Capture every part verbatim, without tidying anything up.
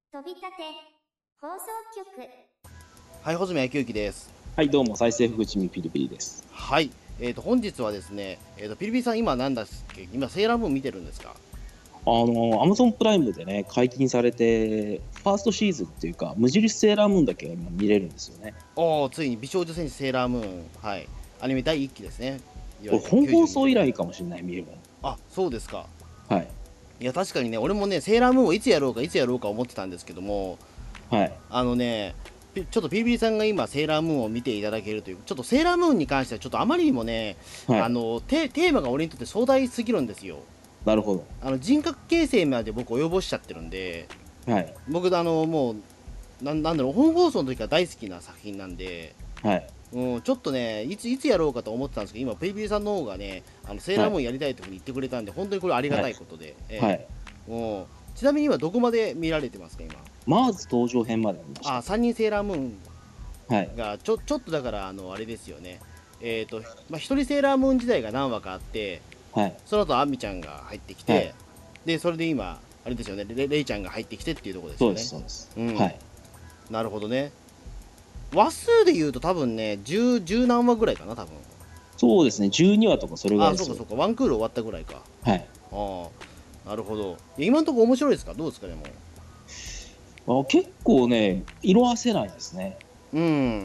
飛び立て放送局。 はい、穂積昭之です。 はい、どうも再生福地味ピリピリです。 はい、えーと本日はですね、えーとピリピリさん今何だっけ、今セーラームーン見てるんですか？ あの Amazon プライムでね解禁されてファーストシーズンっていうか無印セーラームーンだけが今見れるんですよね。 おお、ついに美少女戦士セーラームーン、はい、アニメだいいっきですね。いわゆる本放送以きゅうじゅうにねん。 来かもしれない見るの。 あ、そうですか。 はいいや確かにね、俺もねセーラームーンをいつやろうかいつやろうか思ってたんですけども、 はいあのねピちょっとピリピリさんが今セーラームーンを見ていただけるという、ちょっとセーラームーンに関してはちょっとあまりにもね、 はい。 あのテテーマが俺にとって壮大すぎるんですよ。 なるほあの人格形成まで僕及ぼしちゃってるんで、 ど。はい僕あのもうなんなんだろう、本放送の時から大好きな作品なんで、 はい。 うん、ちょっとねいついつやろうかと思ってたんですけど、今ペイペイさんの方がねあのセーラームーンやりたいというふうに言ってくれたんで、本当にこれありがたいことで、えはい。 えうん、ちなみに今どこまで見られてますか今？ マーズ登場編まで見ましあ、さんにんセーラームーンた。はいがちょちょっとだからあのあれですよね。えっ、とまあひとりセーラームーン時代が何話かあって、 はいその後アンミちゃんが入ってきて、 はいでそれで今あれですよね、レレイちゃんが入ってきてっていうところですそうよね。 ですそうです。 うん、 はい。 なるほどね。話数で言うと多分ねじゅう、じゅう何話ぐらいかな多分。 そうですねじゅうにわとかそれぐらいあ、 ですよ。 そうかそうか、ワンクール終わったぐらいか。 はい。 ああ、なるほど。いや今のところ面白いですか？どうですかでも。 あ結構ね色あせないですね。 うん。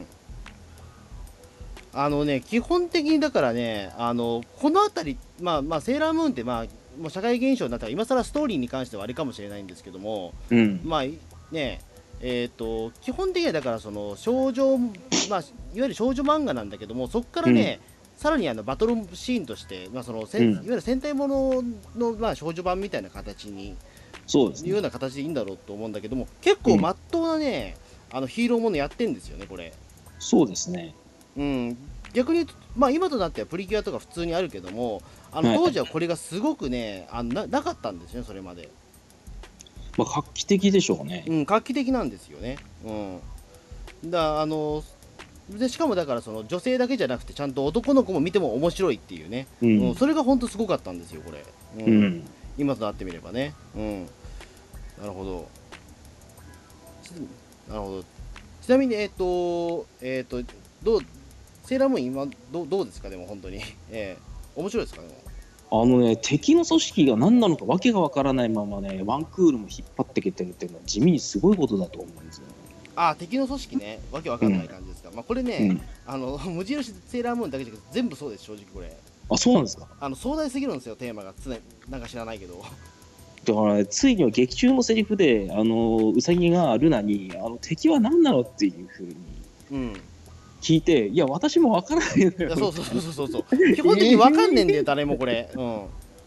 あのね、基本的にだからね、あのこの辺り、まあまあ、セーラームーンって、まあ、もう社会現象になったら、今更ストーリーに関してはあれかもしれないんですけども、 うん。 まあね、えー、と基本的にはだからその少女、まあ、いわゆる少女漫画なんだけども、そこからね、うん、さらにあのバトルシーンとして、まあそのせん、 うん、 いわゆる戦隊ものの、まあ、少女版みたいな形に、 そうですね、 いうような形でいいんだろうと思うんだけども、結構まっとうなね、うん、あのヒーローものやってんですよね、これ。 そうですね。 うん、逆に言うと、まあ、今となってはプリキュアとか普通にあるけども、あの当時はこれがすごくね、あの な, なかったんですよね、それまで。 まあ、画期的でしょうね。 うん、画期的なんですよね。うん、だあのでしかもだからその女性だけじゃなくてちゃんと男の子も見ても面白いっていうね、うんうん、それが本当すごかったんですよこれ、うんうん、今となってみればね、うん、なるほどなるほど。ちなみにえっ、ー、とえっ、ー、とどうセーラームーン今ど う, どうですかでも本当に、えー、面白いですかね。 あのね敵の組織が何なのかわけがわからないままねワンクールも引っ張ってきてるっていうのは地味にすごいことだと思うんですよね。 あ、敵の組織ね、わけわかんない感じですか。うん、まあこれね、うん、あの無印セーラームーンだけじゃなくて全部そうです、正直これ。 あ、そうなんですか。 あの壮大すぎるんですよテーマが。常になんか知らないけど。 だから、ね、ついには劇中のセリフであのウサギがルナにあの敵は何なのっていうふうに聞いて、うん、いや私もわからないのよ。いやそうそうそうそうそう基本的にわかんねえんだよ誰もこれ。うん。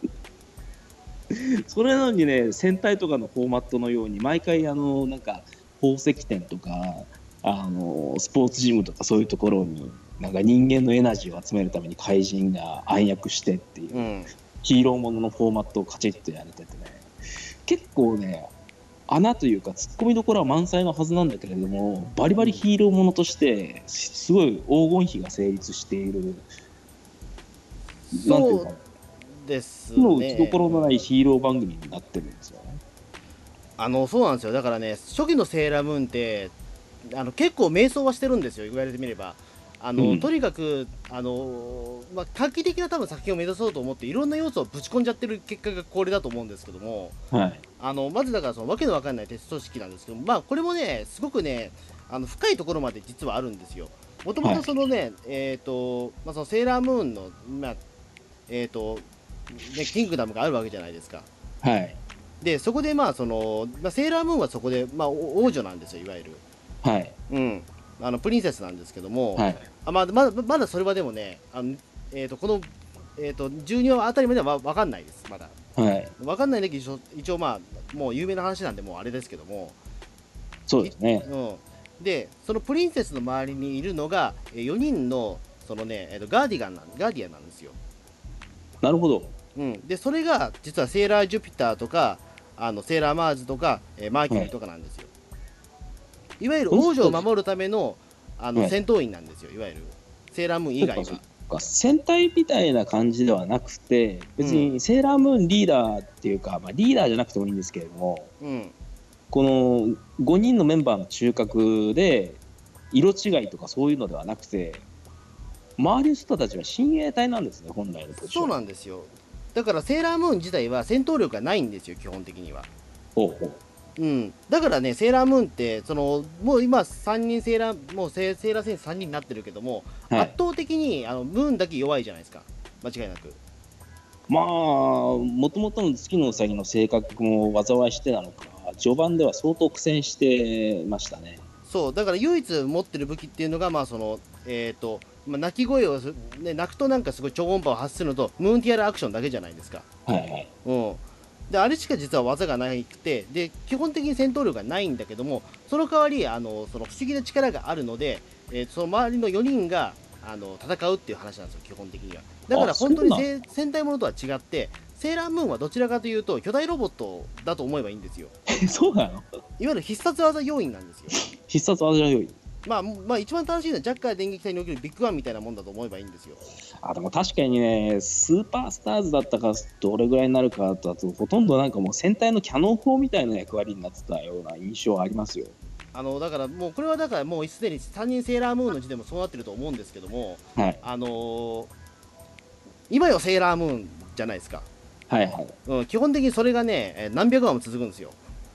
それなのにね戦隊とかのフォーマットのように毎回あのなんか宝石店とかあのスポーツジムとかそういうところになんか人間のエナジーを集めるために怪人が暗躍してっていう、うん、ヒーローもののフォーマットをカチッとやれててね結構ね穴というかツッコミどころは満載のはずなんだけれどもバリバリヒーローものとしてすごい黄金比が成立しているなんていうかですね、 の打ちどころのないヒーロー番組になってるんですよね。 あのそうなんですよ。だからね初期のセーラームーンってあの結構迷走はしてるんですよ言われてみれば。あの、うん、とにかくあの、まあ、画期的な多分作品を目指そうと思っていろんな要素をぶち込んじゃってる結果がこれだと思うんですけども、 はい、 あのまずだからそのわけのわかんない鉄組織なんですけど、まあこれもねすごくねあの深いところまで実はあるんですよ。もともとそのね、はい、えっ、ー、とまあそのセーラームーンのまあえっ、ー、とねキングダムがあるわけじゃないですか。 はい。 でそこでまあその、まあ、セーラームーンはそこでまあ王女なんですよいわゆる。 はい。 うん。あのプリンセスなんですけども、 はい、 あまあ、まだまだそれはでもね、あのえー、とこの、えー、とじゅうにわあたりまでは分かんないです、まだ。 はい、 分かんないんだけど、一応、まあ、もう有名な話なんで、もうあれですけども、 そうですね。 うん、で、そのプリンセスの周りにいるのが、よにんのその、ねえー、とガーディガンなんガーディアンなんですよ。 なるほど。 うん、で、それが実はセーラージュピターとか、あのセーラーマーズとか、えー、マーキュリーとかなんですよ。はい、いわゆる王女を守るためのあの戦闘員なんですよ、はい、いわゆるセーラームーン以外は。 戦隊みたいな感じではなくて別にセーラームーンリーダーっていうか、まあ、リーダーじゃなくてもいいんですけれども、 うん、 このごにんのメンバーの中核で色違いとかそういうのではなくて、周りの人たちは親衛隊なんですね、本来のポジション。 そうなんですよ。だからセーラームーン自体は戦闘力がないんですよ、基本的には。 ほうほう。 うん、だからね、セーラームーンってそのもう今さんにんセーラーもうセセーラー戦士さんにんになってるけども、 はい、 圧倒的にあのムーンだけ弱いじゃないですか、間違いなく。 まあもともとの月のうさぎの性格も災いしてなのか、序盤では相当苦戦してましたね。 そうだから唯一持ってる武器っていうのが、まあそのえっ、ー、と、まあ、鳴き声を、ね、鳴くとなんかすごい超音波を発するのとムーンティアルアクションだけじゃないですか。 はいはい。 うん、であれしか実は技がなくて、で基本的に戦闘力がないんだけども、その代わりあのその不思議な力があるので、えー、その周りのよにんがあの戦うっていう話なんですよ、基本的には。だから本当にせ戦隊ものとは違って、セーラームーンはどちらかというと巨大ロボットだと思えばいいんですよ。 そうなの？いわゆる必殺技要員なんですよ。 必殺技要員。 まあ、まあ一番正しいのはジャッカー電撃隊におけるビッグワンみたいなもんだと思えばいいんですよ。 あ、でも確かにね、スーパースターズだったかどれぐらいになるかだと、ほとんどなんかもう戦隊のキャノン砲みたいな役割になってたような印象はありますよ。 あのだからもうこれはだからもうすでにさんにんセーラームーンの時点でもそうなってると思うんですけども、 はい、 あのー、今よセーラームーンじゃないですか。 はいはい、 うん、基本的にそれがね何百話も続くんですよ。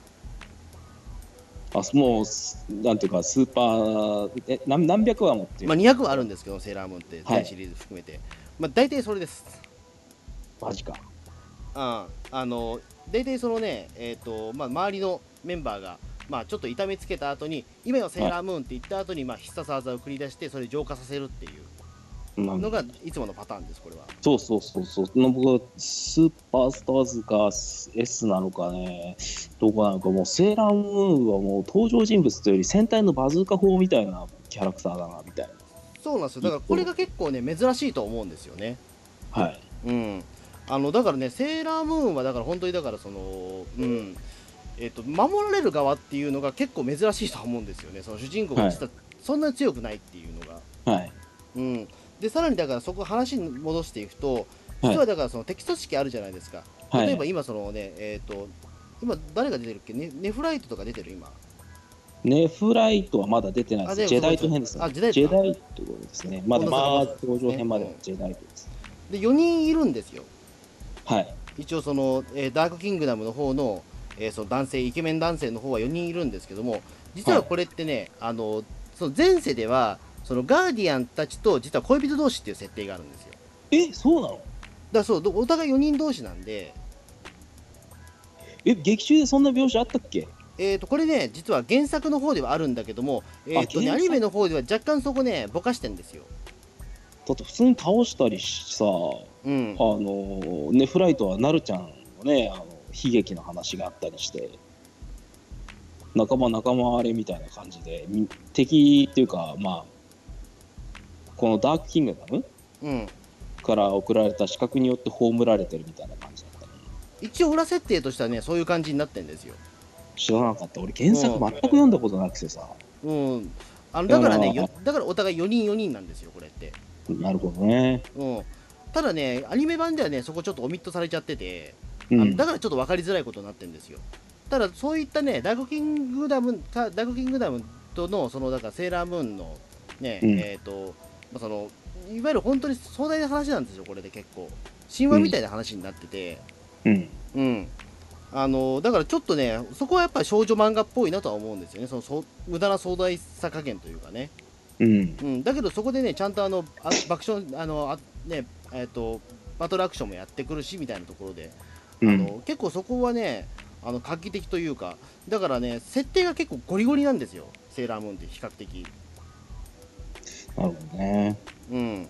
あ、もうなんていうかスーパーえ 何, 何百話もっていう、 まあにひゃくはあるんですけどセーラームーンってはい、 全シリーズ含めて、まあ大体それです。 マジか。 ああの大体そのねえっ、ー、とまあ周りのメンバーがまあちょっと痛めつけた後に今よセーラームーンって言った後にまあ必殺技を繰り出してそれ浄化させるっていうのがいつものパターンです、これは。 そうそうそうそう。僕スーパースターズか S なのかね、どこなのか、もうセーラームーンはもう登場人物というより戦隊のバズーカ砲みたいなキャラクターだなみたいな。 そうなんですよ。だからこれが結構ね珍しいと思うんですよね。 はい。 うん。あのだからねセーラームーンはだから本当にだからそのうんえっ、ー、と守られる側っていうのが結構珍しいと思うんですよね。その主人公が実はそんなに強くないっていうのが。 はい。 うん。でさらにだからそこ話に戻していくと、実はだからその敵組織あるじゃないですか。はい、例えば今そのねえっ、ー、と今誰が出てるっけ、ね、ネフライトとか出てる今。 ネフライトはまだ出てないです。ジェダイト編ですね。 あ、ジェダイト。 ジェダイトですね。まだまあ登場編まではジェダイトです。 でよにんいるんですよ。 はい。 一応その、えー、ダークキングダムの方の、えー、その男性イケメン男性の方はよにんいるんですけども、実はこれってね、はい、あのその前世ではそのガーディアンたちと実は恋人同士っていう設定があるんですよ。 え、そうなの？ だそうお互いよにん同士なんで。 え、劇中でそんな描写あったっけ？ えーとこれね実は原作の方ではあるんだけども、えーとね、アニメの方では若干そこねぼかしてんですよ。 だって普通に倒したりしさ、うん、あのネフライトはなるちゃんのねあの悲劇の話があったりして仲間仲間あれみたいな感じで敵っていうかまあこのダークキングダム、うん、から送られた刺客によって葬られてるみたいな感じだったね。 一応裏設定としてはねそういう感じになってんですよ。 知らなかった。俺原作全く読んだことなくてさ、 うん、うん、あのだからねだからお互いよにんよにんなんですよこれって。 なるほどね、 うん、ただねアニメ版ではねそこちょっとオミットされちゃってて、うん、あのだからちょっと分かりづらいことになってるんですよ。ただそういったねダークキングダムダークキングダムとのそのだからセーラームーンのね、うん、えっ、ー、と、まあ、そのいわゆる本当に壮大な話なんですよこれで。結構神話みたいな話になってて、うん、うん、あのだからちょっとねそこはやっぱり少女漫画っぽいなとは思うんですよね。そのそ無駄な壮大さ加減というかね。うんうん、だけどそこでねちゃんとあのあ爆笑あのあ、ねえー、とバトルアクションもやってくるしみたいなところで、あの、うん、結構そこはねあの画期的というか、だからね設定が結構ゴリゴリなんですよセーラームーンって比較的。 なるほどね。 うん。だ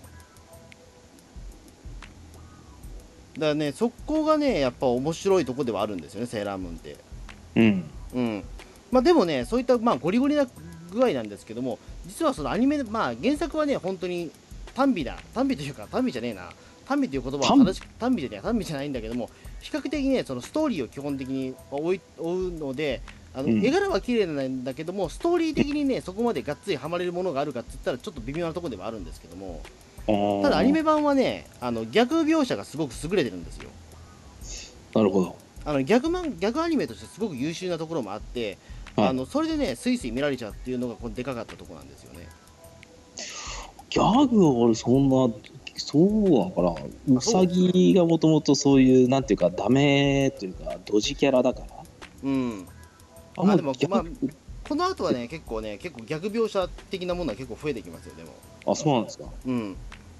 からねそこがねやっぱ面白いとこではあるんですよねセーラームーンって。うんうん。まあでもねそういったまあゴリゴリな具合なんですけども、実はそのアニメでまあ原作はね本当に短美だ短美というか短美じゃねえな短美という言葉は正しく短美じゃねえ短美じゃないんだけども、比較的ねそのストーリーを基本的に追い追うので、あの、うん、絵柄は綺麗なんだけどもストーリー的にねそこまでがっつりハマれるものがあるかって言ったらちょっと微妙なところではあるんですけども、ただアニメ版はねあの逆描写がすごく優れてるんですよ。 なるほど。 あの逆マン逆アニメとしてすごく優秀なところもあって、 はいあのそれでねスイスイ見られちゃうっていうのがこのでかかったところなんですよね。 ギャグは俺そんなそうだからうさぎがもともとそういうなんていうかダメというかドジキャラだからうんああでも逆まあこの後はね結構ね結構逆描写的なものは結構増えてきますよでも。 あそうなんですか。 うん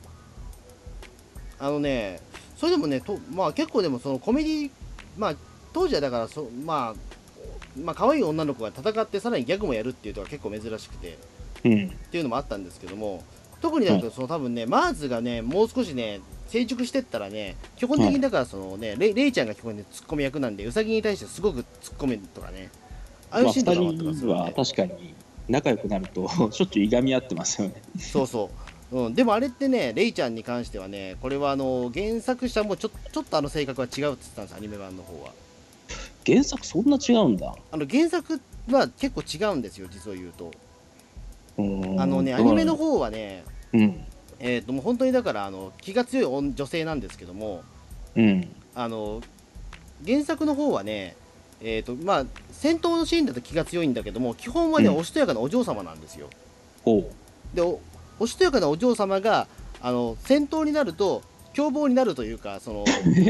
あのねそれでもねとまあ結構でもそのコメディまあ当時はだからそまあまあ可愛い女の子が戦ってさらにギャグもやるっていうのが結構珍しくてうんっていうのもあったんですけども、特にだけどその多分ね、マーズがねもう少しね成熟してったらね基本的にだからそのね、レイレイちゃんが基本的にツッコミ役なんでウサギに対してすごくツッコミとかねああいうシーンとかもあったりするんで、 まあ、ふたりは確かに仲良くなるとしょっちゅういがみ合ってますよね。 そうそう、うん、でもあれってねレイちゃんに関してはねこれはあの原作者もちょちょっとあの性格は違うって言ってたんですアニメ版の方は。 原作そんな違うんだ。 あの原作は結構違うんですよ実を言うと。 うーんあのねアニメの方はねうんえー、ともう本当にだからあの気が強い女女性なんですけども、 うんあの原作の方はね、えーとまあ、戦闘のシーンだと気が強いんだけども基本はね、 うんおしとやかなお嬢様なんですよ。 ほで お, おしとやかなお嬢様があの戦闘になると凶暴になるというかその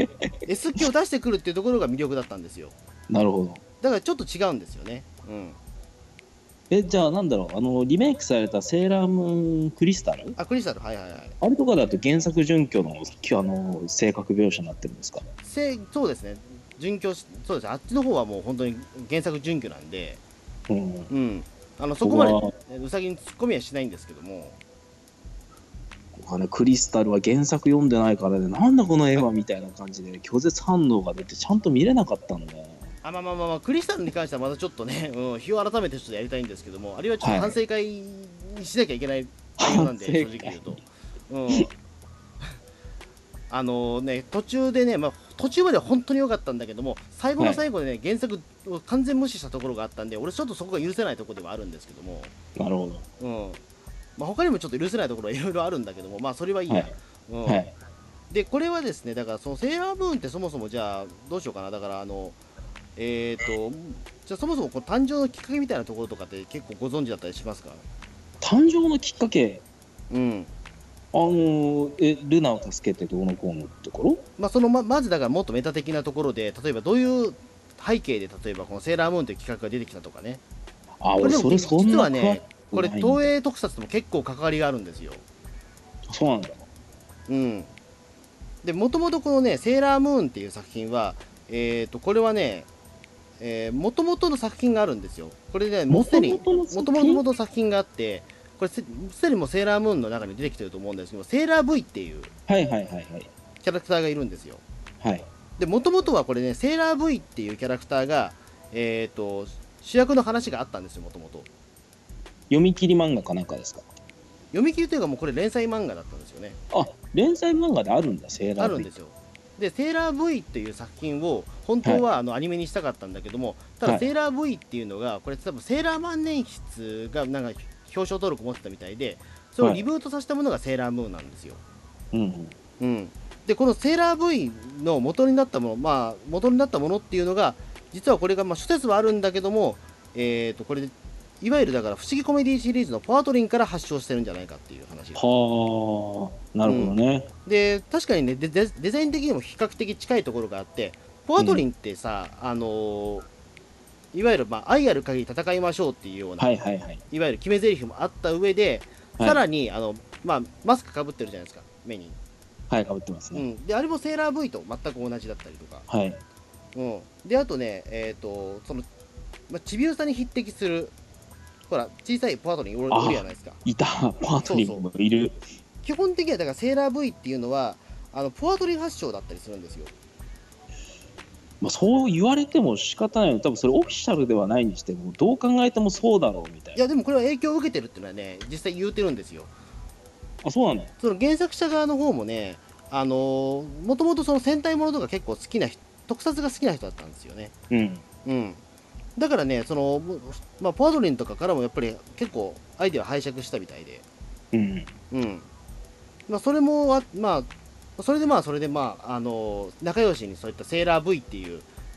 S 気を出してくるっていうところが魅力だったんですよ。 うなるほど。 だからちょっと違うんですよね。うんえじゃあなんだろうあのリメイクされたセーラームーンクリスタルあクリスタルはいはいはいあれとかだと原作準拠のあの性格描写になってるんですか。 せそうですね準拠しそうですあっちの方はもう本当に原作準拠なんで、 うんうん、あのそこまでこうさぎに突っ込みはしないんですけども、 こはねクリスタルは原作読んでないからねなんだこの絵はみたいな感じで拒絶反応が出てちゃんと見れなかったんだよ。 あまあまあまあまあクリスタルに関してはまたちょっとね、うん、日を改めてちょっとやりたいんですけどもあれはちょっと反省会にしなきゃいけない内容なんで、 反省会正直言うと、うん、あのね途中でね、まあ、途中までは本当に良かったんだけども最後の最後でね、原作を完全無視したところがあったんで俺ちょっとそこが許せないところではあるんですけども、 なるほど。 うんまあ、他にもちょっと許せないところはいろいろあるんだけどもまあそれはいいや、 はいうんはいでこれはですねだからそのセーラームーンってそもそもじゃあどうしようかなだからあのえーとじゃあそもそもこの誕生のきっかけみたいなところとかって結構ご存知だったりしますか？ 誕生のきっかけうんあのえルナを助けてどうのこうのってところ。 まあそのままずだからもっとメタ的なところで例えばどういう背景で例えばこのセーラームーンという企画が出てきたとかねあこれでも俺それそんな実はねこれ詳しくないんだ東映特撮とも結構関わりがあるんですよ。 そうなんだ。 うんでもともとこのねセーラームーンっていう作品はえーとこれはねもともとの作品があるんですよ。これねもうすでにもともとの作品があってこれすでにもうセーラームーンの中に出てきてると思うんですけどセーラー V っていうはいはいはいはいキャラクターがいるんですよ。 はいでもともとはこれねセーラー V っていうキャラクターがえーと主役の話があったんですよもともと。 読み切り漫画かなんかですか。 読み切りというかもうこれ連載漫画だったんですよね。 あ連載漫画であるんだセーラー V。 あるんですよ。でセーラー V っていう作品を本当はあのアニメにしたかったんだけども、ただセーラー V っていうのがこれ多分セーラー万年筆がなんか表彰登録持ってたみたいでそれをリブートさせたものがセーラームーンなんですよ。 うんうんうん、でこのセーラー V の元になったものまあ元になったものっていうのが実はこれがまあ諸説はあるんだけどもえーとこれいわゆるだから不思議コメディシリーズのポアトリンから発祥してるんじゃないかっていう話が。 はあなるほどね。 うん、で確かにねデデデザイン的にも比較的近いところがあってポアトリンってさ、うん、あのー、いわゆる、まあ、愛ある限り戦いましょうっていうような、 はいはいはい、 いわゆる決め台詞もあった上で、はい、さらにあの、まあ、マスクかぶってるじゃないですか目に。 はいかぶってますね、 うん、であれもセーラー V と全く同じだったりとか、 はいうん、であとねえっ、ー、とその、まあ、ちびうさに匹敵するほら小さいポアトリンいるじゃないですか。 いたポアトリンもいる。 そうそう基本的にはだからセーラー V っていうのはあのポアトリン発祥だったりするんですよ。 まあ、そう言われても仕方ないの多分それオフィシャルではないにしてもどう考えてもそうだろうみたいな。 いやでもこれは影響を受けてるっていうのはね実際言うてるんですよ。 あそうなの。 その原作者側の方もねあのー、もともとその戦隊ものとか結構好きな人特撮が好きな人だったんですよね。 うんうんだからねその、まあ、ポアドリンとかからもやっぱり結構アイデア拝借したみたいでうんうんまあそれもあまあそれでまあそれでまああの仲良しにそういったセーラー V っていう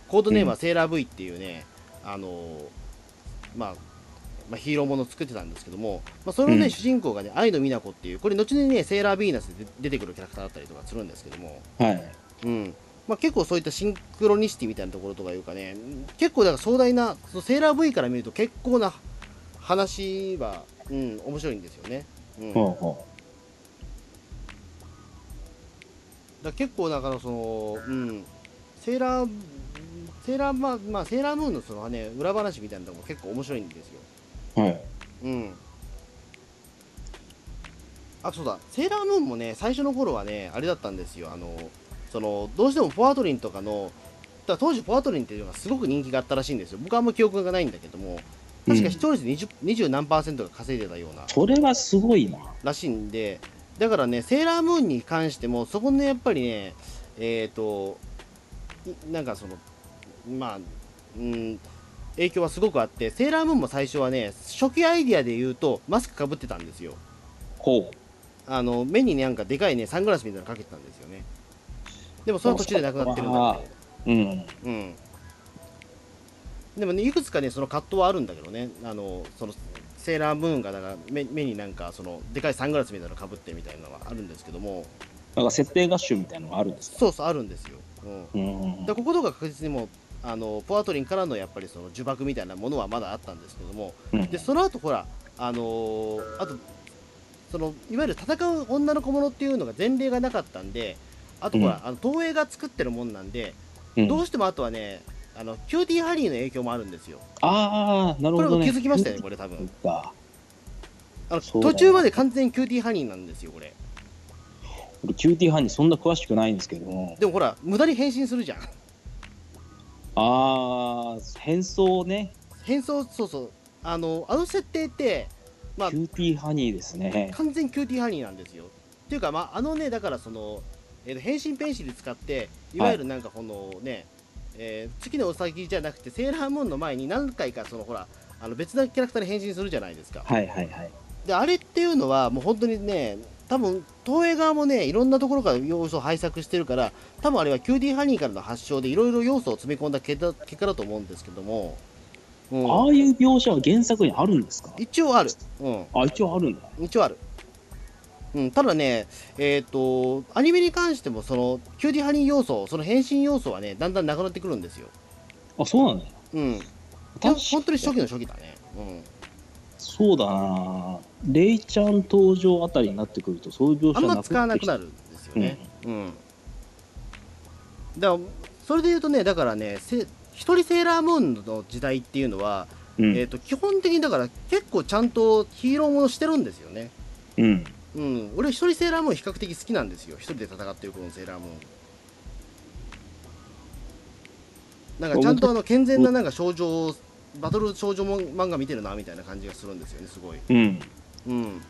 コードネームはセーラー V っていうね、あのーまあまあ、ヒーローものを作ってたんですけども、まあ、そのね、 うん主人公がね、愛の美奈子っていう、これ、後にね、セーラーヴィーナスで出てくるキャラクターだったりとかするんですけども、 はいうんまあ、結構そういったシンクロニシティみたいなところとかいうかね、結構だから壮大な、そのセーラー V から見ると結構な話は、うん、面白いんですよね。うん、だかほうほら結構だからその、うん、セーラー、セーラー、まあ、まあ、セーラームーンのそのね、裏話みたいなのも結構面白いんですよ。 うはいうん。あ、そうだ、セーラームーンもね、最初の頃はね、あれだったんですよ。あの、その、どうしてもフォアトリンとかの、だから当時フォアトリンっていうのがすごく人気があったらしいんですよ。僕はあんま記憶がないんだけども、確か視聴率にじゅう、にじゅう何パーセントが稼いでたような、 それはすごいな。 らしいんで、だからね、セーラームーンに関しても、そこのやっぱりね、えっ、ー、と、なんかその、まあ、うん、影響はすごくあって、セーラームーンも最初はね、初期アイディアで言うと、マスクかぶってたんですよ。 ほう。 あの目にね、なんかでかいね、サングラスみたいなのかけてたんですよね。でもその途中でなくなってるんだけど、 うん。 うん。でもね、いくつかね、その葛藤はあるんだけどね、あのそのセーラームーンがだから目目になんかそのでかいサングラスみたいなのかぶってみたいなのはあるんですけども、 なんか設定合衆みたいなのがあるんですか。 そうそうあるんですよ。うん。 うん。 でこことが確実にもうあのポアトリンからのやっぱりその呪縛みたいなものはまだあったんですけども、 うんでその後ほらあのーあとそのいわゆる戦う女の子ものっていうのが前例がなかったんで、あとほら、 うんあの東映が作ってるもんなんで、 うんどうしてもあとはね、あのキューティーハニーの影響もあるんですよ。 ああ、なるこれもほどね。 気づきましたよね、これ多分。 か。 あのそうだな途中まで完全にキューティーハニーなんですよ、これ。 俺キューティーハニーそんな詳しくないんですけども。 でもほら、無駄に変身するじゃん。 ああ、変装ね。 変装、そうそう。あの、あの設定って、まあキ、ューティーハニーですね。 完全キューティーハニーなんですよ。っていうか、まあ、あのね、だからその、えーと変身ペンシル使って、いわゆるなんかこのね、えー月のうさぎじゃなくて、セーラームーンの前に何回かそのほら、あの別なキャラクターに変身するじゃないですか。 はいはいはい。 で、あれっていうのは、もう本当にね、多分東映側もね、いろんなところから要素を拝借してるから、多分あれはキューティーハニーからの発祥で、いろいろ要素を詰め込んだ結果結果だと思うんですけども、うんああいう描写は原作にあるんですか。 一応ある。うんあ、一応あるんだ。 一応ある。うん、ただね、えっ、と、アニメに関しても、その、キューティーハニー要素、その変身要素はね、だんだんなくなってくるんですよ。 あ、そうなんだよ。 うん。 確か本当に初期の初期だね。うん。 そうだな。レイちゃん登場あたりになってくると、そういう描あんま写なく使わなくなる。 るんですよね。うん。だから、それで言うとね、だからね、せ一人セーラームーンの時代っていうのは、 うん。 えっ、と、基本的にだから結構ちゃんとヒーローものしてるんですよね。 うん。 うん。俺一人セーラームーン比較的好きなんですよ。一人で戦ってるこのセーラームーン。なんかちゃんとあの健全ななんか少女バトル少女も漫画見てるなみたいな感じがするんですよね、すごい。 うん。 うん。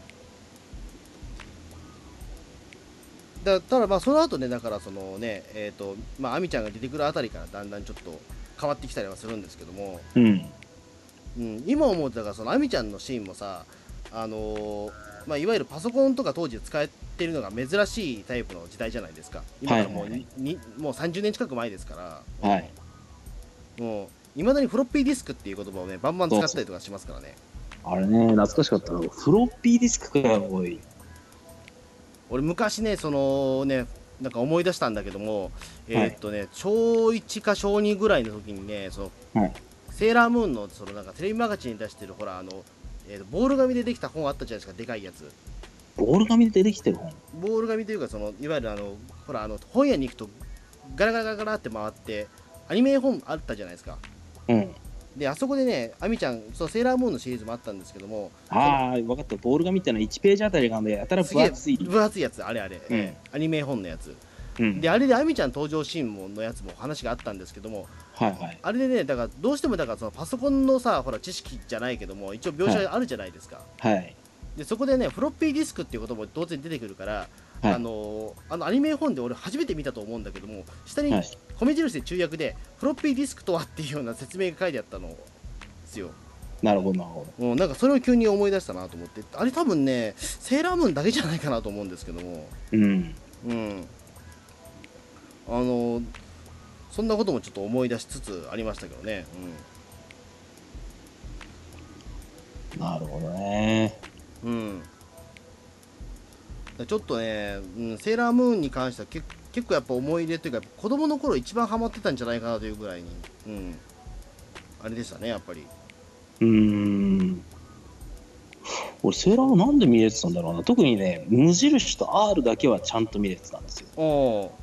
だただまあその後ね、だからそのね、えっ、とまあ亜美ちゃんが出てくるあたりからだんだんちょっと変わってきたりはするんですけども、 うん。 うん、今思うとだからその亜美ちゃんのシーンもさ、あのーまあいわゆるパソコンとか当時使ってるのが珍しいタイプの時代じゃないですか。今からもう、 はいはいはいにもうさんじゅうねん近く前ですから。 はい。 もういまだにフロッピーディスクっていう言葉をねバンバン使ったりとかしますからね。 あれね、懐かしかったな。フロッピーディスクかよ、おい。 俺昔ねそのねなんか思い出したんだけども、えーっとね小いちか小にぐらいの時にね、そのはい。 セーラームーンのそのなんかテレビマガジンに出してるほらあの、えーとボール紙でできた本あったじゃないですか、でかいやつ。 ボール紙で出てきてる本。 ボール紙というかそのいわゆるあのほらあの本屋に行くとガラガラガラガラって回ってアニメ本あったじゃないですか。 うん。 であそこでねアミちゃんそのセーラームーンのシリーズもあったんですけども、 ああ、分かった。ボール紙ってのはいちページあたりがね、やたらすげえ分厚い。 分厚いやつあれあれ、 うんえーアニメ本のやつうん。 で、あれでアミちゃん登場シーンものやつも話があったんですけども、 はいはい。 あれでねだからどうしてもだからそのパソコンのさほら知識じゃないけども一応描写あるじゃないですか。 はい。 でそこでねフロッピーディスクっていうことも当然出てくるから、 はいあのーあのアニメ本で俺初めて見たと思うんだけども、下にはい米印で注訳でフロッピーディスクとはっていうような説明が書いてあったのですよ。 なるほど、なるほうん、なんかそれを急に思い出したなと思って、あれ多分ねセーラームーンだけじゃないかなと思うんですけども、 ど。うん。 うん、あのそんなこともちょっと思い出しつつありましたけどね。 なるほどね。 うん、うん、ちょっとね、うん、セーラームーンに関しては結結構やっぱ思い入れというか、子供の頃一番ハマってたんじゃないかなというぐらいに、うん、あれでしたねやっぱり。 うーん。俺セーラームーンなんで見れてたんだろうな。特にね、無印と R だけはちゃんと見れてたんですよ。 おお。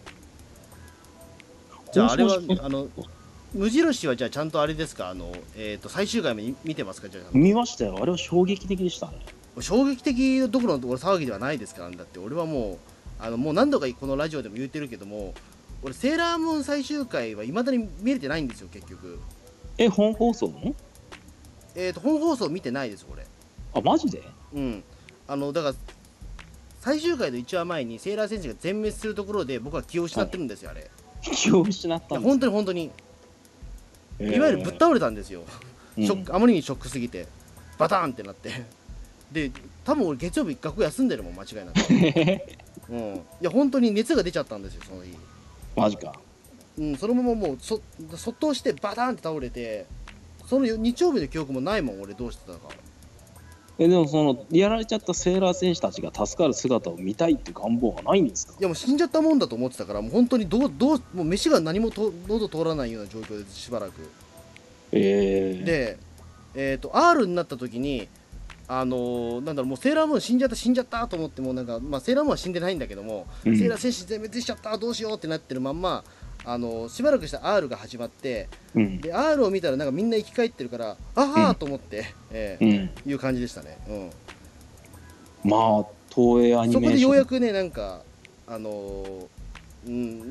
じゃああれは放送時間あの無印はじゃあちゃんとあれですか、あの、えー、と最終回まで見てますか？じゃあ見ましたよ。あれは衝撃的でしたね。 衝撃的なところの俺騒ぎではないですから、ね、だって俺はもうあのもう何度かこのラジオでも言ってるけども、俺セーラームーン最終回はいまだに見れてないんですよ結局。 え、本放送の？ えっ、と本放送見てないです俺。 あ、マジで？ うん。あのだから最終回のいちわまえにセーラー戦士が全滅するところで僕は気を失ってるんですよ、あれ。 気を失ったんですか？ いや本当に本当に、 えーいわゆるぶっ倒れたんですよ、 うんショックあまりにショックすぎてバターンってなってで多分俺月曜日学校休んでるもん間違いなく、うん、いや本当に熱が出ちゃったんですよその日。 マジか。 うん、そのままもうそそっとしてバターンって倒れて、その日曜日の記憶もないもん俺どうしてたか。 え、でもそのやられちゃったセーラー戦士たちが助かる姿を見たいって願望はないんですか？ いやもう死んじゃったもんだと思ってたから、もう本当にどうどうもう飯が何もと喉通らないような状況でしばらくえー、 で、えー、と R になった時にあのーなんだろう、もうセーラームーン死んじゃった死んじゃったと思って、もうなんか、まあ、セーラームーンは死んでないんだけども、 うんセーラー戦士全滅しちゃったどうしようってなってるまんま、あのーしばらくしたら R が始まって、 うんで R を見たらなんかみんな生き返ってるからああと思って、えーうん、 いう感じでしたね、うん、 まあ東映アニメーションそこでようやくねなんかあのーうん、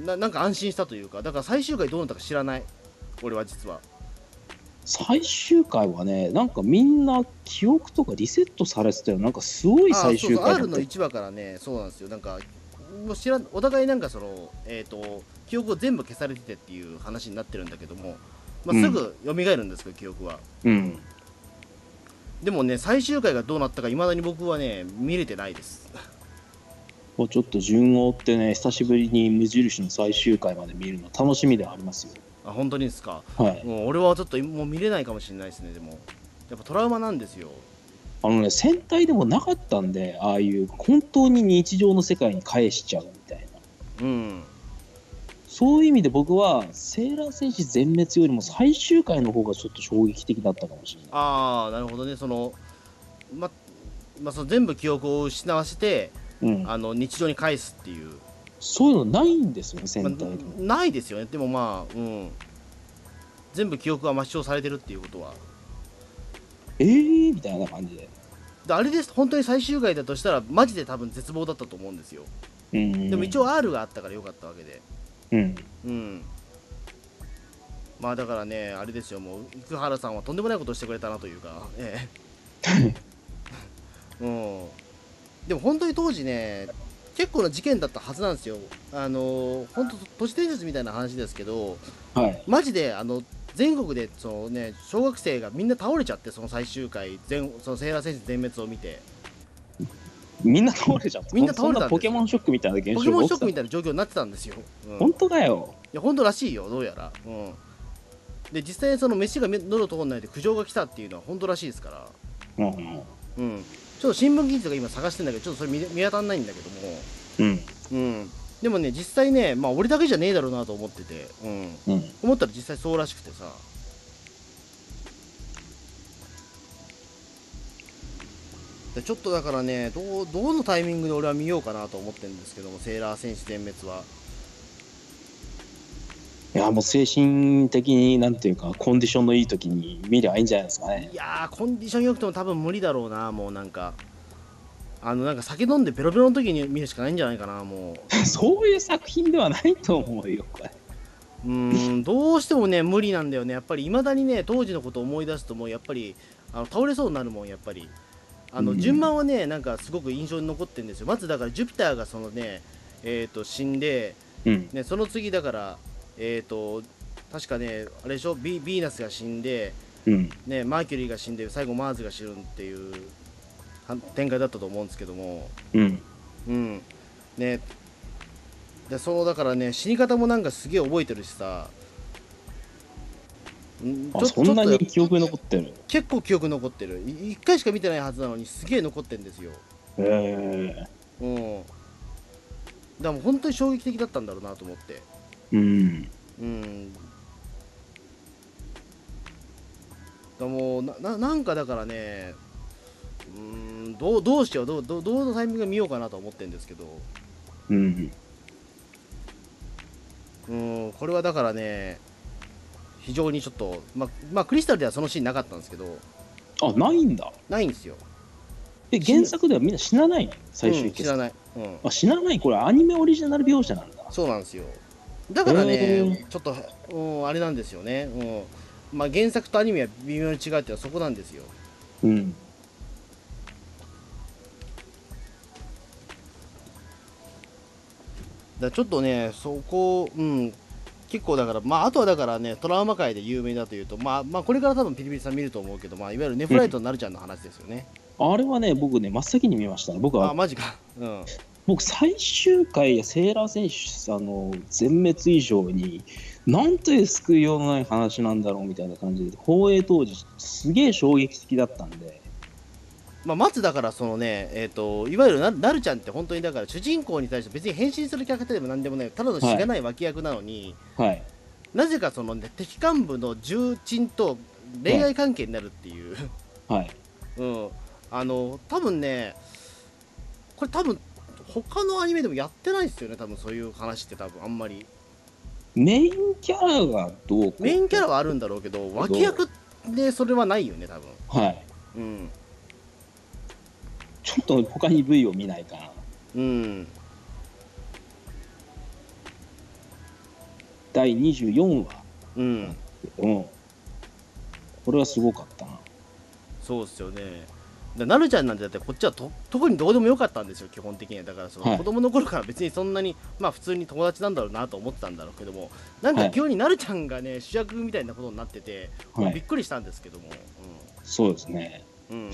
な, なんか安心したというか、だから最終回どうなったか知らない俺は実は。 最終回はね、なんかみんな記憶とかリセットされてたよ。なんかすごい最終ああそうそう回だ R った。 のいちわからね、そうなんですよ、なんかもう知らんお互いなんかその、えー、と記憶を全部消されててっていう話になってるんだけども、まあ、すぐ蘇るんですけど、記憶は。 うん。 でもね最終回がどうなったかいまだに僕はね見れてないですもうちょっと順を追ってね、久しぶりに無印の最終回まで見るの楽しみではありますよ。 あ本当にですか。 はい。 もう俺はちょっともう見れないかもしれないですね。でもやっぱトラウマなんですよ。 あのね、戦隊でもなかったんで、ああいう本当に日常の世界に返しちゃうみたいな。 うん。 そういう意味で僕はセーラー戦士全滅よりも最終回の方がちょっと衝撃的だったかもしれない。 ああなるほどね。そのままあその全部記憶を失わせて、 うん、 あの日常に返すっていう、 そういうのないんですよね、戦ま隊でも。 あ、ないですよね。でもまあうん全部記憶が抹消されてるっていうことは、 えーみたいな感じで。 であれです本当に最終回だとしたらマジで多分絶望だったと思うんですよ。 うん、 でも一応 R があったからよかったわけで、 うんうんまあだからねあれですよ、もう生原さんはとんでもないことをしてくれたなというか、ええうんでも本当に当時ね結構な事件だったはずなんですよ。あの本当都市伝説みたいな話ですけど、 はい。 マジであの全国でその、ね、小学生がみんな倒れちゃって、その最終回全そのセーラー戦士全滅を見てみんな倒れちゃった。 みんな倒れたんですよ。 そんなポケモンショックみたいな現象ポケモンショックみたたいな状況になってたんですよ、うん、 本当だよ。 いや本当らしいよどうやら、うん、で実際その飯が喉通らないで苦情が来たっていうのは本当らしいですから、 うんうんちょっと新聞記事とか今探してんだけどちょっとそれ 見, 見当たんないんだけども、 うんうんでもね実際ねまあ俺だけじゃねえだろうなと思ってて、うんうん。 思ったら実際そうらしくてさ、でちょっとだからねどうどのタイミングで俺は見ようかなと思ってるんですけども、セーラー戦士全滅は。 いやもう精神的になんていうかコンディションのいい時に見りゃいいんじゃないですかね。 いやーコンディション良くても多分無理だろうな。もうなんかあのなんか酒飲んでベロベロの時に見るしかないんじゃないかなもうそういう作品ではないと思うよこれ。 うーんどうしてもね無理なんだよね。やっぱりいまだにね当時のことを思い出すともうやっぱりあの倒れそうになるもんやっぱり。あのうん順番はねなんかすごく印象に残ってるんですよ。まずだからジュピターがそのねえっ、ー、と死んで、 うんね、その次だからえっ、ー、と確かねあれでしょビーナスが死んで、 うんね、マーキュリーが死んで最後マーズが死ぬっていう展開だったと思うんですけども、 うんうんねでそのだからね死に方もなんかすげえ覚えてるしさ、んちょあそんなちょっとに記憶に残ってる。 結構記憶残ってる。い一回しか見てないはずなのにすげえ残ってんですよ。 へえ。 うんだからもう本当に衝撃的だったんだろうなと思って。 うんうんだもうなななんかだからね、うーんどうどうしようどうどうどうのタイミングで見ようかなと思ってるんですけど、 うんうんこれはだからね非常にちょっとままあクリスタルではそのシーンなかったんですけど、 あないんだ。 ないんですよ。 え原作ではみんな死なないの最終決戦、 うん知らない。うんあ死なない。これアニメオリジナル描写なんだ。 そうなんですよ。だからね、 へーちょっと、うん、あれなんですよね。うんまあ、原作とアニメは微妙に違うっていうのはそこなんですよ。 うんだからちょっとね、そこ、うん、結構だから、まあ、あとはだからね、トラウマ界で有名だというと、まあ、まあ、これから多分ピリピリさん見ると思うけど、まあ、いわゆるネフライトのなるちゃんの話ですよね。 あれはね僕ね真っ先に見ましたね。僕あ、 はマジか。うん。 僕最終回やセーラー選手あの全滅以上になんという救いようのない話なんだろうみたいな感じで放映当時すげえ衝撃的だったんで。 まあ、まずだから、そのね、えっ、と、いわゆるななるちゃんって本当にだから、主人公に対して別に変身するキャラクターでもなんでもない、ただのしがない脇役なのに、 はいなぜかそのね、敵幹部の重鎮と恋愛関係になるっていう。 はいうん、あの多分ねこれ多分他のアニメでもやってないですよね、多分そういう話って多分あんまり。 メインキャラがどうこうメインキャラはあるんだろうけど脇役でそれはないよね多分。 はいうんちょっと他に ブイ を見ないかな。 うんだいにじゅうよんわ、 うんうん、これはすごかったな。 そうっすよね。だなるちゃんなんてだってこっちはと特にどうでもよかったんですよ基本的には。だからそのはい子供の頃から別にそんなにまあ普通に友達なんだろうなと思ってたんだろうけども、なんか急になるちゃんがね主役みたいなことになってて、 はいもうびっくりしたんですけども。 そうですね。 うん、うん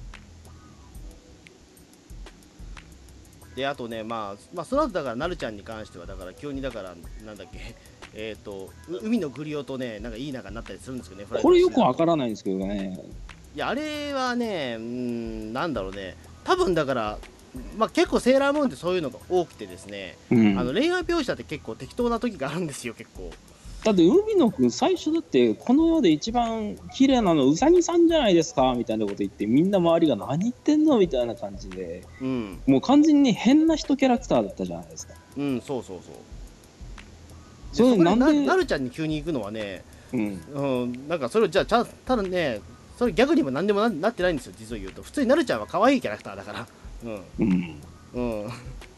であとね、まあ、まあその後だからなるちゃんに関してはだから急にだからなんだっけえっ、とう海のグリオとねなんかいい仲になったりするんですけどね。フライトこれよくわしながらからないんですけどね。 いやあれはねうーんなんだろうね多分だからまあ結構セーラームーンってそういうのが多くてですね、 うんあの恋愛描写って結構適当な時があるんですよ結構。 だって海野くん最初だってこの世で一番綺麗なのうさぎさんじゃないですかみたいなこと言ってみんな周りが何言ってんのみたいな感じでうんもう完全に変な人キャラクターだったじゃないですか。 うんそうそうそう。 それでそこでなんでななるちゃんに急に行くのはね、 うんうんなんかそれをじゃあちゃんただねそれギャグにも何でも な, なってないんですよ実を言うと。普通になるちゃんは可愛いキャラクターだから。うんうんうん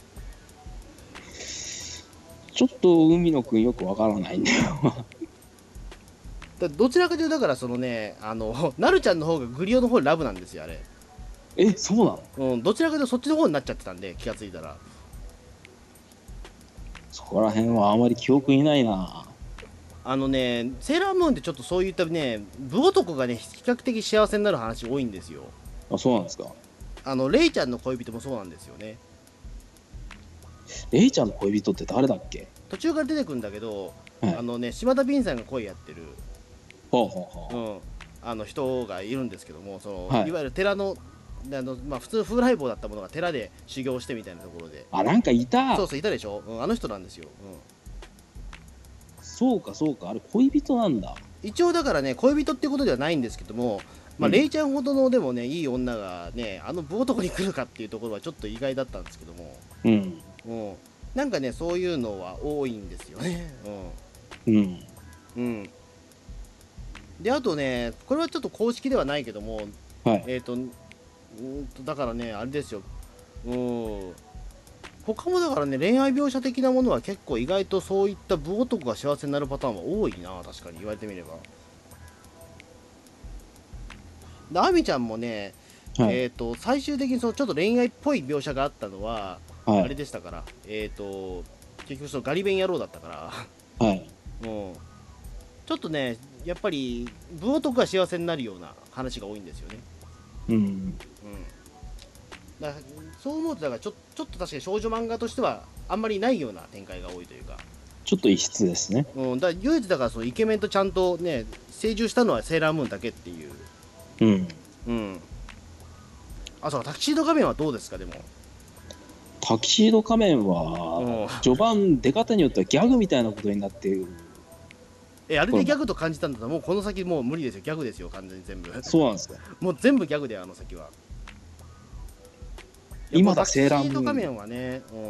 ちょっと海野くんよくわからないんだよだどちらかというとだからそのねあのなるちゃんの方がグリオの方にラブなんですよあれ。 えそうなの。 うんどちらかというとそっちの方になっちゃってたんで気がついたら。 そこら辺はあまり記憶にないな。 あのねセーラームーンってちょっとそういったね部男がね比較的幸せになる話多いんですよ。 あそうなんですか。 あのレイちゃんの恋人もそうなんですよね。 レイちゃんの恋人って誰だっけ。 途中から出てくるんだけど、 はいあのね島田敏さんが声やってる、 ほうほうほう、 うん、あの人がいるんですけども、その、 はいいわゆる寺のあの、まあ、普通風来坊だったものが寺で修行してみたいなところで、 あなんかいた。 そうそういたでしょ、うん、あの人なんですよ、 そうかそうかあれ恋人なんだ。 うん、一応だからね恋人っていうことではないんですけども、まあうんレイちゃんほどのでもねいい女がねあの部男に来るかっていうところはちょっと意外だったんですけども、 うんうん、なんかねそういうのは多いんですよね。 うんうんうんであとねこれはちょっと公式ではないけども、 はいえっ、とうーんとだからねあれですよ、うん他もだからね恋愛描写的なものは結構意外とそういった部男が幸せになるパターンは多いな。確かに言われてみれば。でアミちゃんもね、 はいえっ、と最終的にそのちょっと恋愛っぽい描写があったのは、 はいあれでしたからえっ、と結局そのガリ勉野郎だったからはいうんちょっとねやっぱり部男が幸せになるような話が多いんですよね。 うんうんだからそう思うとだからちょちょっと確かに少女漫画としてはあんまりないような展開が多いというか、 ちょっと異質ですね。 うん、だから唯一だからそのイケメンとちゃんとね成熟したのはセーラームーンだけっていう。 うん。 うんあそうタキシード仮面はどうですかでも。 タキシード仮面うんは序盤出方によってはギャグみたいなことになっている。 えあれでギャグと感じたんだったらもうこの先もう無理ですよ。ギャグですよ完全に全部。 そうなんですか。 もう全部ギャグだよあの先は。 今だタキシセーラームーンード仮面はね、うん、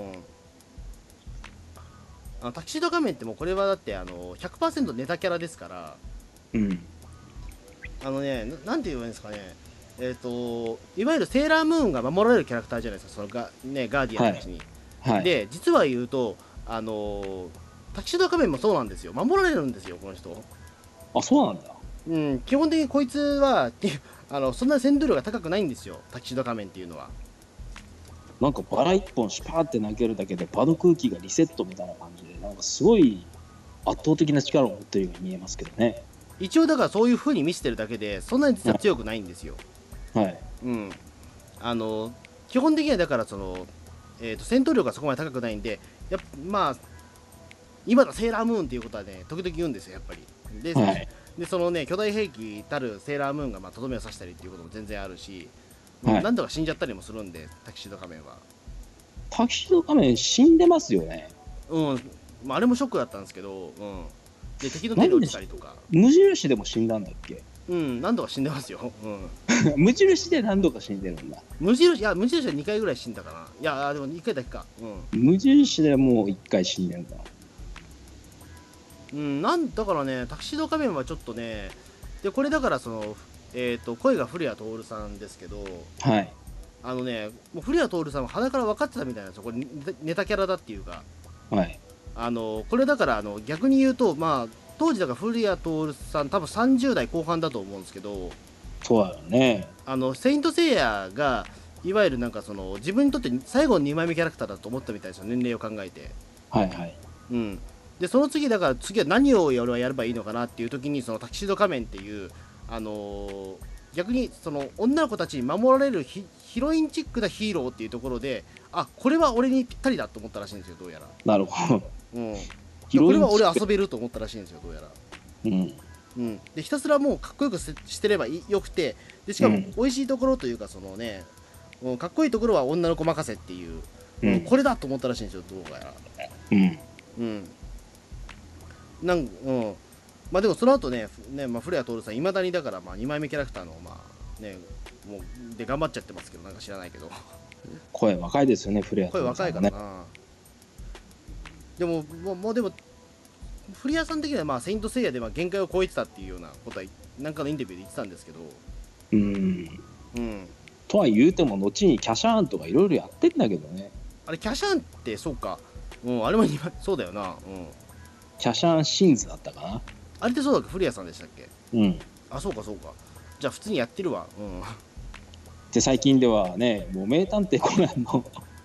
あのタキシード仮面ってもうこれはだってあの ひゃくパーセント ネタキャラですから、 うん。 あのねななんて言うんですかね、えっ、といわゆるセーラームーンが守られるキャラクターじゃないですかそのガ,、ね、ガーディアンたちに、 はい。 で実は言うとあのタキシード仮面もそうなんですよ。守られるんですよこの人。 あ、そうなんだ。 うん、基本的にこいつはあのそんな戦闘力が高くないんですよタキシード仮面っていうのは。 なんかバラ一本シュパーって投げるだけで場の空気がリセットみたいな感じで、なんかすごい圧倒的な力を持ってるように見えますけどね。 一応だからそういう風に見せてるだけでそんなに実は強くないんですよ。 はい。 うんあの基本的にはだからその、えー、と戦闘力がそこまで高くないんでやっぱまあ今だセーラームーンっていうことはね時々言うんですよやっぱり。で、 はい。 でそのね巨大兵器たるセーラームーンがまあとどめを刺したりっていうことも全然あるし、うんはい何度か死んじゃったりもするんでタキシード仮面は。 タキシード仮面死んでますよね。 うんまあ、あれもショックだったんですけど、うん、で敵の手に落ちたりとか、 無印でも死んだんだっけ？ うん何度か死んでますよ。うん無印で何度か死んでるんだ。 無印いや無印はにかいぐらい死んだかな。いやでもいっかいだけか。うん無印でもういっかい死んでるんだ。 うん、なんだからね、タキシード仮面はちょっとね、でこれだからその、えー、と声が古谷徹さんですけど、 はい。 あのね、もう古谷徹さんは鼻から分かってたみたいなんですよ、これネネタキャラだっていうか、 はい。 あのこれだからあの逆に言うと、まあ、当時だから古谷徹さん、多分さんじゅう代後半だと思うんですけど、 そうだよね。 あのセイント・セイヤが、いわゆるなんかその自分にとって最後のにまいめキャラクターだと思ったみたいですよ、年齢を考えて。 はいはい。 うん、でその次だから次は何を俺はやればいいのかなっていう時にそのタキシード仮面っていう、あのー逆にその女の子たちに守られるヒヒロインチックなヒーローっていうところで、あこれは俺にぴったりだと思ったらしいんですよどうやら。 なるほど。 うん、 ヒロインこれは俺遊べると思ったらしいんですよどうやら。 うん。 うん、でひたすらもうかっこよくせしてればいよくて、でしかもうん美味しいところというかそのね、うんかっこいいところは女の子任せっていう、 うんうんこれだと思ったらしいんですよどうやら。 うん。 うんなんうんまあでもその後ね、ねまあ、古谷徹さん、いまだにだからまあにまいめキャラクターの、まあね、もうで頑張っちゃってますけど、なんか知らないけど、 声若いですよね、古谷声若いさんね。 からな。でも、もうもうでも、古谷さん的には、まあ、セイント・セイヤでまあ限界を超えてたっていうようなことは、なんかのインタビューで言ってたんですけど、 うん。 うん、 とは言うても、後にキャシャーンとかいろいろやってんだけどね。 あれ、キャシャンって、そうか、うん、あれもにまいそうだよな、うん、 キャシャーンシンズだったかな。 あれってそうだっけ、古谷さんでしたっけ。 うん。 あ、そうか、そうか、じゃあ、普通にやってるわ、うん。 で、最近ではね、もう名探偵コナンの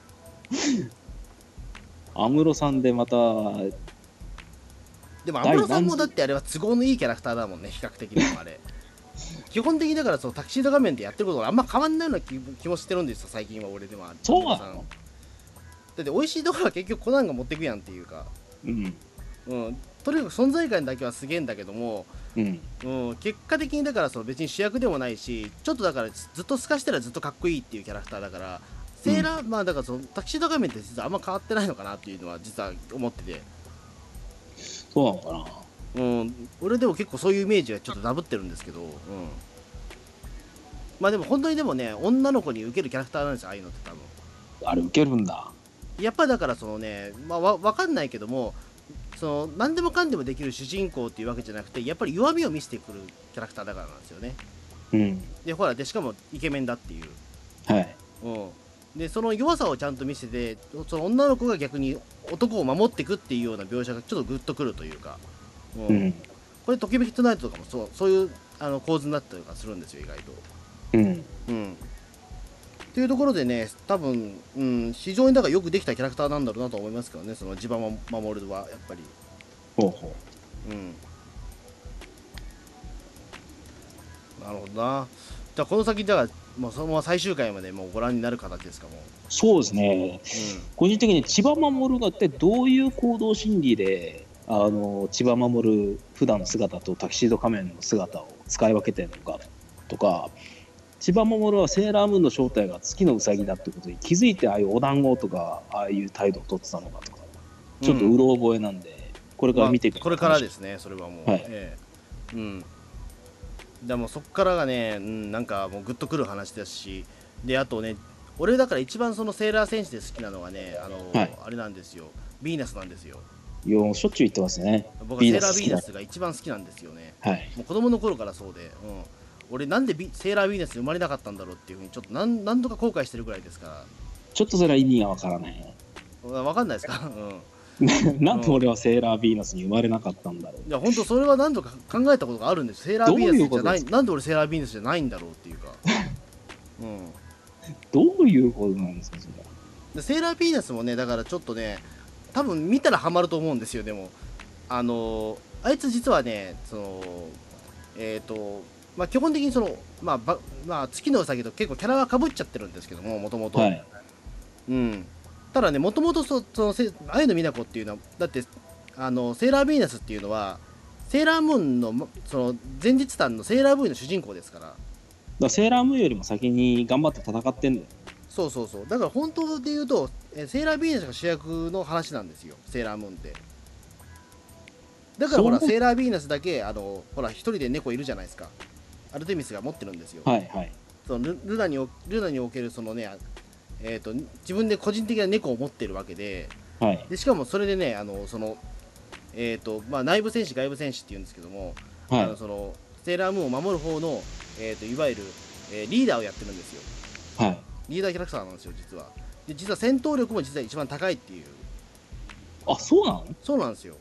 安室さんでまた、 でも安室さんもだってあれは都合のいいキャラクターだもんね、比較的にもあれ。基本的にだからそのタキシード画面でやってることがあんま変わんないような気気もしてるんですよ、最近は俺でも。 そうなの？ 安室さんだって美味しいところは結局コナンが持ってくやんっていうか、 うん。 うん、とにかく存在感だけはすげえんだけども、 うん。 うん、結果的にだからその別に主役でもないし、ちょっとだからずっと透かしたらずっとかっこいいっていうキャラクターだから、セーラー、まあだからそのタキシード画面って実はあんま変わってないのかなっていうのは実は思ってて。 そうなのかな。 うん、俺でも結構そういうイメージはちょっとダブってるんですけど、うん、まあでも本当にでもね女の子に受けるキャラクターなんですよああいうのって多分。 あれ、ウケるんだ。 やっぱだからそのね、まあ、わ分かんないけどもその何でもかんでもできる主人公っていうわけじゃなくてやっぱり弱みを見せてくるキャラクターだからなんですよね。 うん。 でほらでしかもイケメンだっていう、 はい。 うん、でその弱さをちゃんと見せてその女の子が逆に男を守っていくっていうような描写がちょっとグッとくるというか、うんうん。 これ、ときめきトゥナイトとかもそうそういうあの構図になったりとかするんですよ、意外と。 うん。 うん。っていうところでね、多分、うん、非常にだからよくできたキャラクターなんだろうなと思いますけどね、その地場も守るはやっぱり。 ほうほうん。なるほどな。 じゃあこの先だからもうそのまま最終回までもうご覧になる形ですか？もう、 そうですね、個人的に千葉守がってどういう行動心理であの千葉守普段の姿とタキシード仮面の姿を使い分けてるのかとか、千葉守はセーラームーンの正体が月のうさぎだってことに気づいてああいうお団子とかああいう態度を取ってたのかとか、ちょっとうろ覚えなんで、これから見ていく、 まあ、これからですね、それはもう、 はい、 ええ、うん、でもそこからがね、うん、なんかもうグッとくる話ですし、であとね、俺だから一番そのセーラー戦士で好きなのはね、あの、はい、あれなんですよ、ヴィーナスなんですよ。 よしょっちゅう言ってますね。 僕はセーラーヴィーナスが一番好きなんですよね。 はい、 もう子供の頃からそうで、うん、俺なんでビセーラーヴィーナス生まれなかったんだろうっていうふうにちょっと何何度か後悔してるぐらいですから。 ちょっとそれは意味がわからない。 わかんないですか？ うん。なんで俺はセーラーヴィーナスに生まれなかったんだろう。 いや本当それは何度か考えたことがあるんです。セーラーヴィーナスじゃない、なんで俺セーラーヴィーナスじゃないんだろうっていうか。うん。 どういうことなんですかそれ。 でセーラーヴィーナスもね、だからちょっとね、多分見たらハマると思うんですよ。でもあのあいつ実はね、そのえっ、ー、とまあ基本的にそのまあばまあ月のうさぎと結構キャラはかぶっちゃってるんですけども、もともと。はい、うん。ただね、もともとその愛の美奈子っていうのはだってあのセーラーヴィーナスっていうのはセーラームーンのその前日譚のセーラー V の主人公ですから。だからセーラームーンよりも先に頑張って戦ってんだよ。 そうそうそう。だから本当で言うとセーラーヴィーナスが主役の話なんですよ、セーラームーンって。だからほらセーラーヴィーナスだけあのほら一人で猫いるじゃないですか。アルテミスが持ってるんですよ。 はいはい。 その ル, ルナにルナにおけるそのね、えーと、自分で個人的な猫を持ってるわけで、はい、でしかもそれでね、あのそのえーとまあ、内部戦士外部戦士っていうんですけども、はい、あのそのセーラームーンを守る方の、えーといわゆる、えー、リーダーをやってるんですよ。はい、リーダーキャラクターなんですよ実は。で実は戦闘力も実は一番高いっていう。 あ、そうなの？ そうなんですよ。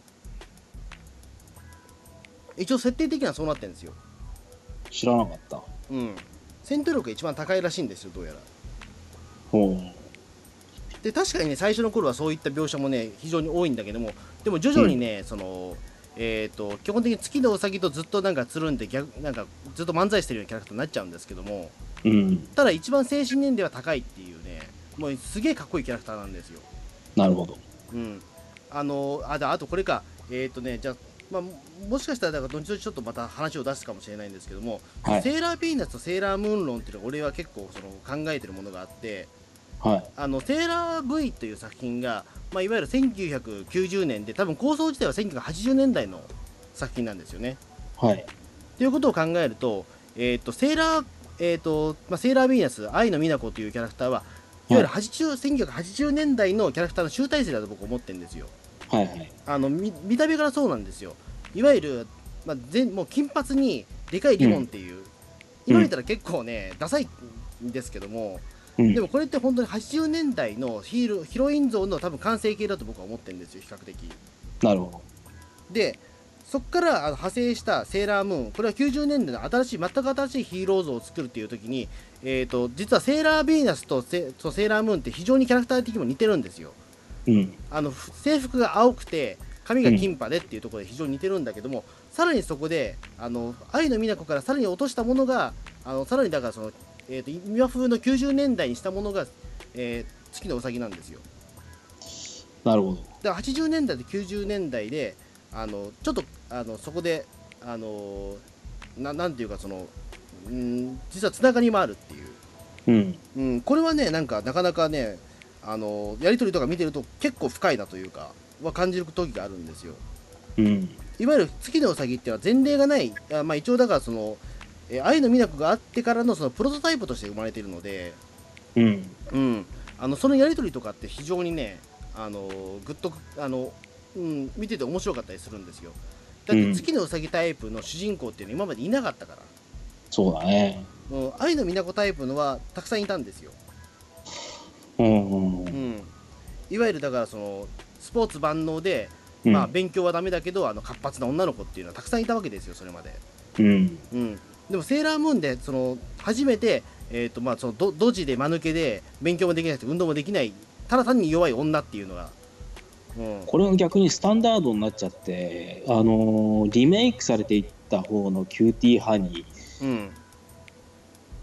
一応設定的にはそうなってるんですよ。 知らなかった。 うん。戦闘力が一番高いらしいんですよ、どうやら。 ほう。で確かにね、最初の頃はそういった描写もね非常に多いんだけども、でも徐々にね、うん、そのえーと基本的に月のうさぎとずっとなんかつるんで逆なんかずっと漫才してるようなキャラクターになっちゃうんですけども、うん、ただ一番精神年齢は高いっていうね、もうすげえかっこいいキャラクターなんですよ。 なるほど。 うん。あのあだあとこれか、えーとねじゃあまあ、もしかしたらだから後々ちょっとまた話を出すかもしれないんですけども、はい、セーラーヴィーナスとセーラームーン論っていうのは俺は結構その考えてるものがあって、はい、あのセーラー V という作品が、まあ、いわゆるせんきゅうひゃくきゅうじゅうねんで多分構想自体はせんきゅうひゃくはちじゅうねんだいの作品なんですよね。はい。ということを考えると、えー、とセーラー、えーとまあ、セーラーヴィーナス愛の美奈子というキャラクターはいわゆるはちじゅう、せんきゅうひゃくはちじゅうねんだいのキャラクターの集大成だと僕は思ってるんですよ。はいはい、あの 見, 見た目からそうなんですよ。いわゆる、まあ、全もう金髪にでかいリボンっていう、うん、今見たら結構ね、うん、ダサいんですけども、うん、でもこれって本当にはちじゅうねんだいのヒーロヒロイン像の多分完成形だと僕は思ってるんですよ、比較的。 なるほど。 でそこからあの派生したセーラームーン、これはきゅうじゅうねんだいの新しい全く新しいヒーロー像を作るっていう時に、えー、と実はセーラーヴィーナスと セ, とセーラームーンって非常にキャラクター的にも似てるんですよ。うん、あの制服が青くて髪が金髪でっていうところで非常に似てるんだけども、うん、さらにそこであの愛の美奈子からさらに落としたものがあのさらにだからその、えー、と今風のきゅうじゅうねんだいにしたものが、えー、月のうさぎなんですよ。 なるほど。だからはちじゅうねんだいときゅうじゅうねんだいであのちょっとあのそこであの な, なんていうかそのん実はつながりもあるっていう、うんうん、これはねなんかなかなかねあのやり取りとか見てると結構深いなというかは感じる時があるんですよ。うん、いわゆる月のうさぎっていうのは前例がない、あ、まあ、一応だからそのえ愛の美奈子があってからのそのプロトタイプとして生まれているので、うんうん、あのそのやり取りとかって非常にねあのグッとあの、うん、見てて面白かったりするんですよ。だって月のうさぎタイプの主人公っていうのは今までいなかったから。 そうだね。 うん、愛の美奈子タイプのはたくさんいたんですよ。 うんうんうん、 いわゆるだからそのスポーツ万能で、まあ、勉強はダメだけどあの活発な女の子っていうのはたくさんいたわけですよそれまで。うんうん、でもセーラームーンでその初めて、えーとまあ、そのドドジで間抜けで勉強もできなくて運動もできないただ単に弱い女っていうのが、 うん、これが逆にスタンダードになっちゃって、あのー、リメイクされていった方のキューティーハニー、うん、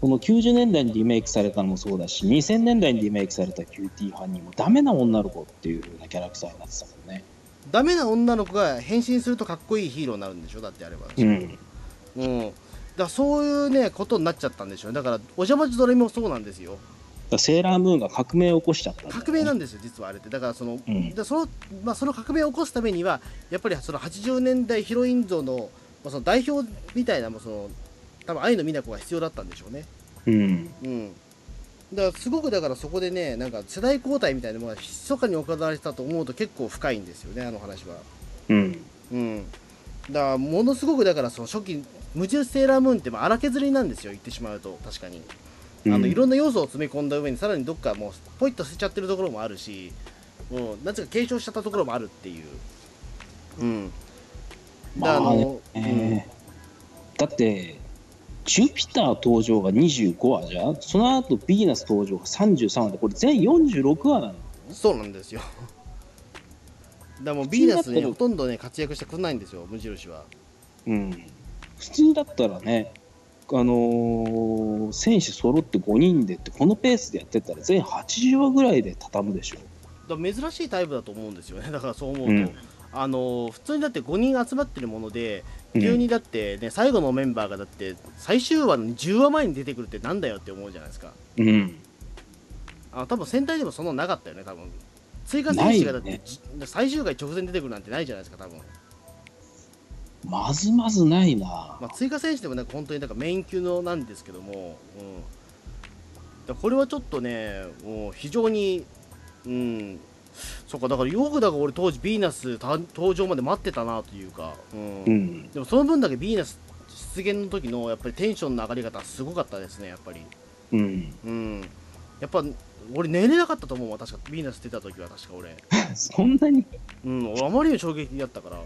このきゅうじゅうねんだいにリメイクされたのもそうだし、にせんねんだいにリメイクされたキューティーハニーもダメな女の子っていう風なキャラクターになってたもんね。 ダメな女の子が変身するとかっこいいヒーローになるんでしょ、だってあれば。 うん、 うん、だからそういうねことになっちゃったんでしょうね。だからお邪魔女ドレミもそうなんですよ。 だセーラームーンが革命を起こしちゃったんだよね。 革命なんですよ実はあれって。だからその、 うん、 だそのまあ、その革命を起こすためにはやっぱりそのはちじゅうねんだいヒロイン像の、まあ、その代表みたいなもうその多分愛の美奈子が必要だったんでしょうね。 うん、 うん、だからすごくだからそこでねなんか世代交代みたいなものが密かに行われてたと思うと結構深いんですよねあの話は。 うん、 うん、だからものすごくだからその初期無印セーラームーンってまあ荒削りなんですよ言ってしまうと。確かにあのいろんな要素を詰め込んだ上にさらにどっかもうポイッと捨てちゃってるところもあるし、うん、なんつうか継承しちゃったところもあるっていう。うん、だあまあの、 ね、だってジュピター登場がにじゅうごわじゃん。その後ヴィーナス登場がさんじゅうさんわで、これ全よんじゅうろくわなの。 うん、そうなんですよ。だからもうヴィーナスねほとんどね活躍してくんないんですよ無印は。 うん、普通だったらね、あのー選手揃ってごにんでってこのペースでやってったら全はちじゅうわぐらいで畳むでしょ。 だから珍しいタイプだと思うんですよね。だからそう思うと、 うん、 あの普通にだってごにん集まってるものでうん急にだってね最後のメンバーがだって最終話のじゅうわまえに出てくるってなんだよって思うじゃないですか。 うん、 あ多分戦隊でもそんなのなかったよね多分。追加選手がだって、 ないよね、 じ最終回直前に出てくるなんてないじゃないですか多分。 まずまずないな。 まあ、追加選手でもなんか本当になんかメイン級のなんですけども、うん、だからこれはちょっとねもう非常にうんそっかだからよくだから俺当時ヴィーナス登場まで待ってたなというか、うんうん、 でもその分だけヴィーナス出現の時のやっぱりテンションの上がり方すごかったですねやっぱり。 うん、 うん、やっぱ俺寝れなかったと思うわ確かヴィーナス出た時は確か俺、 そんなに。 うん、俺あまりに衝撃的だったから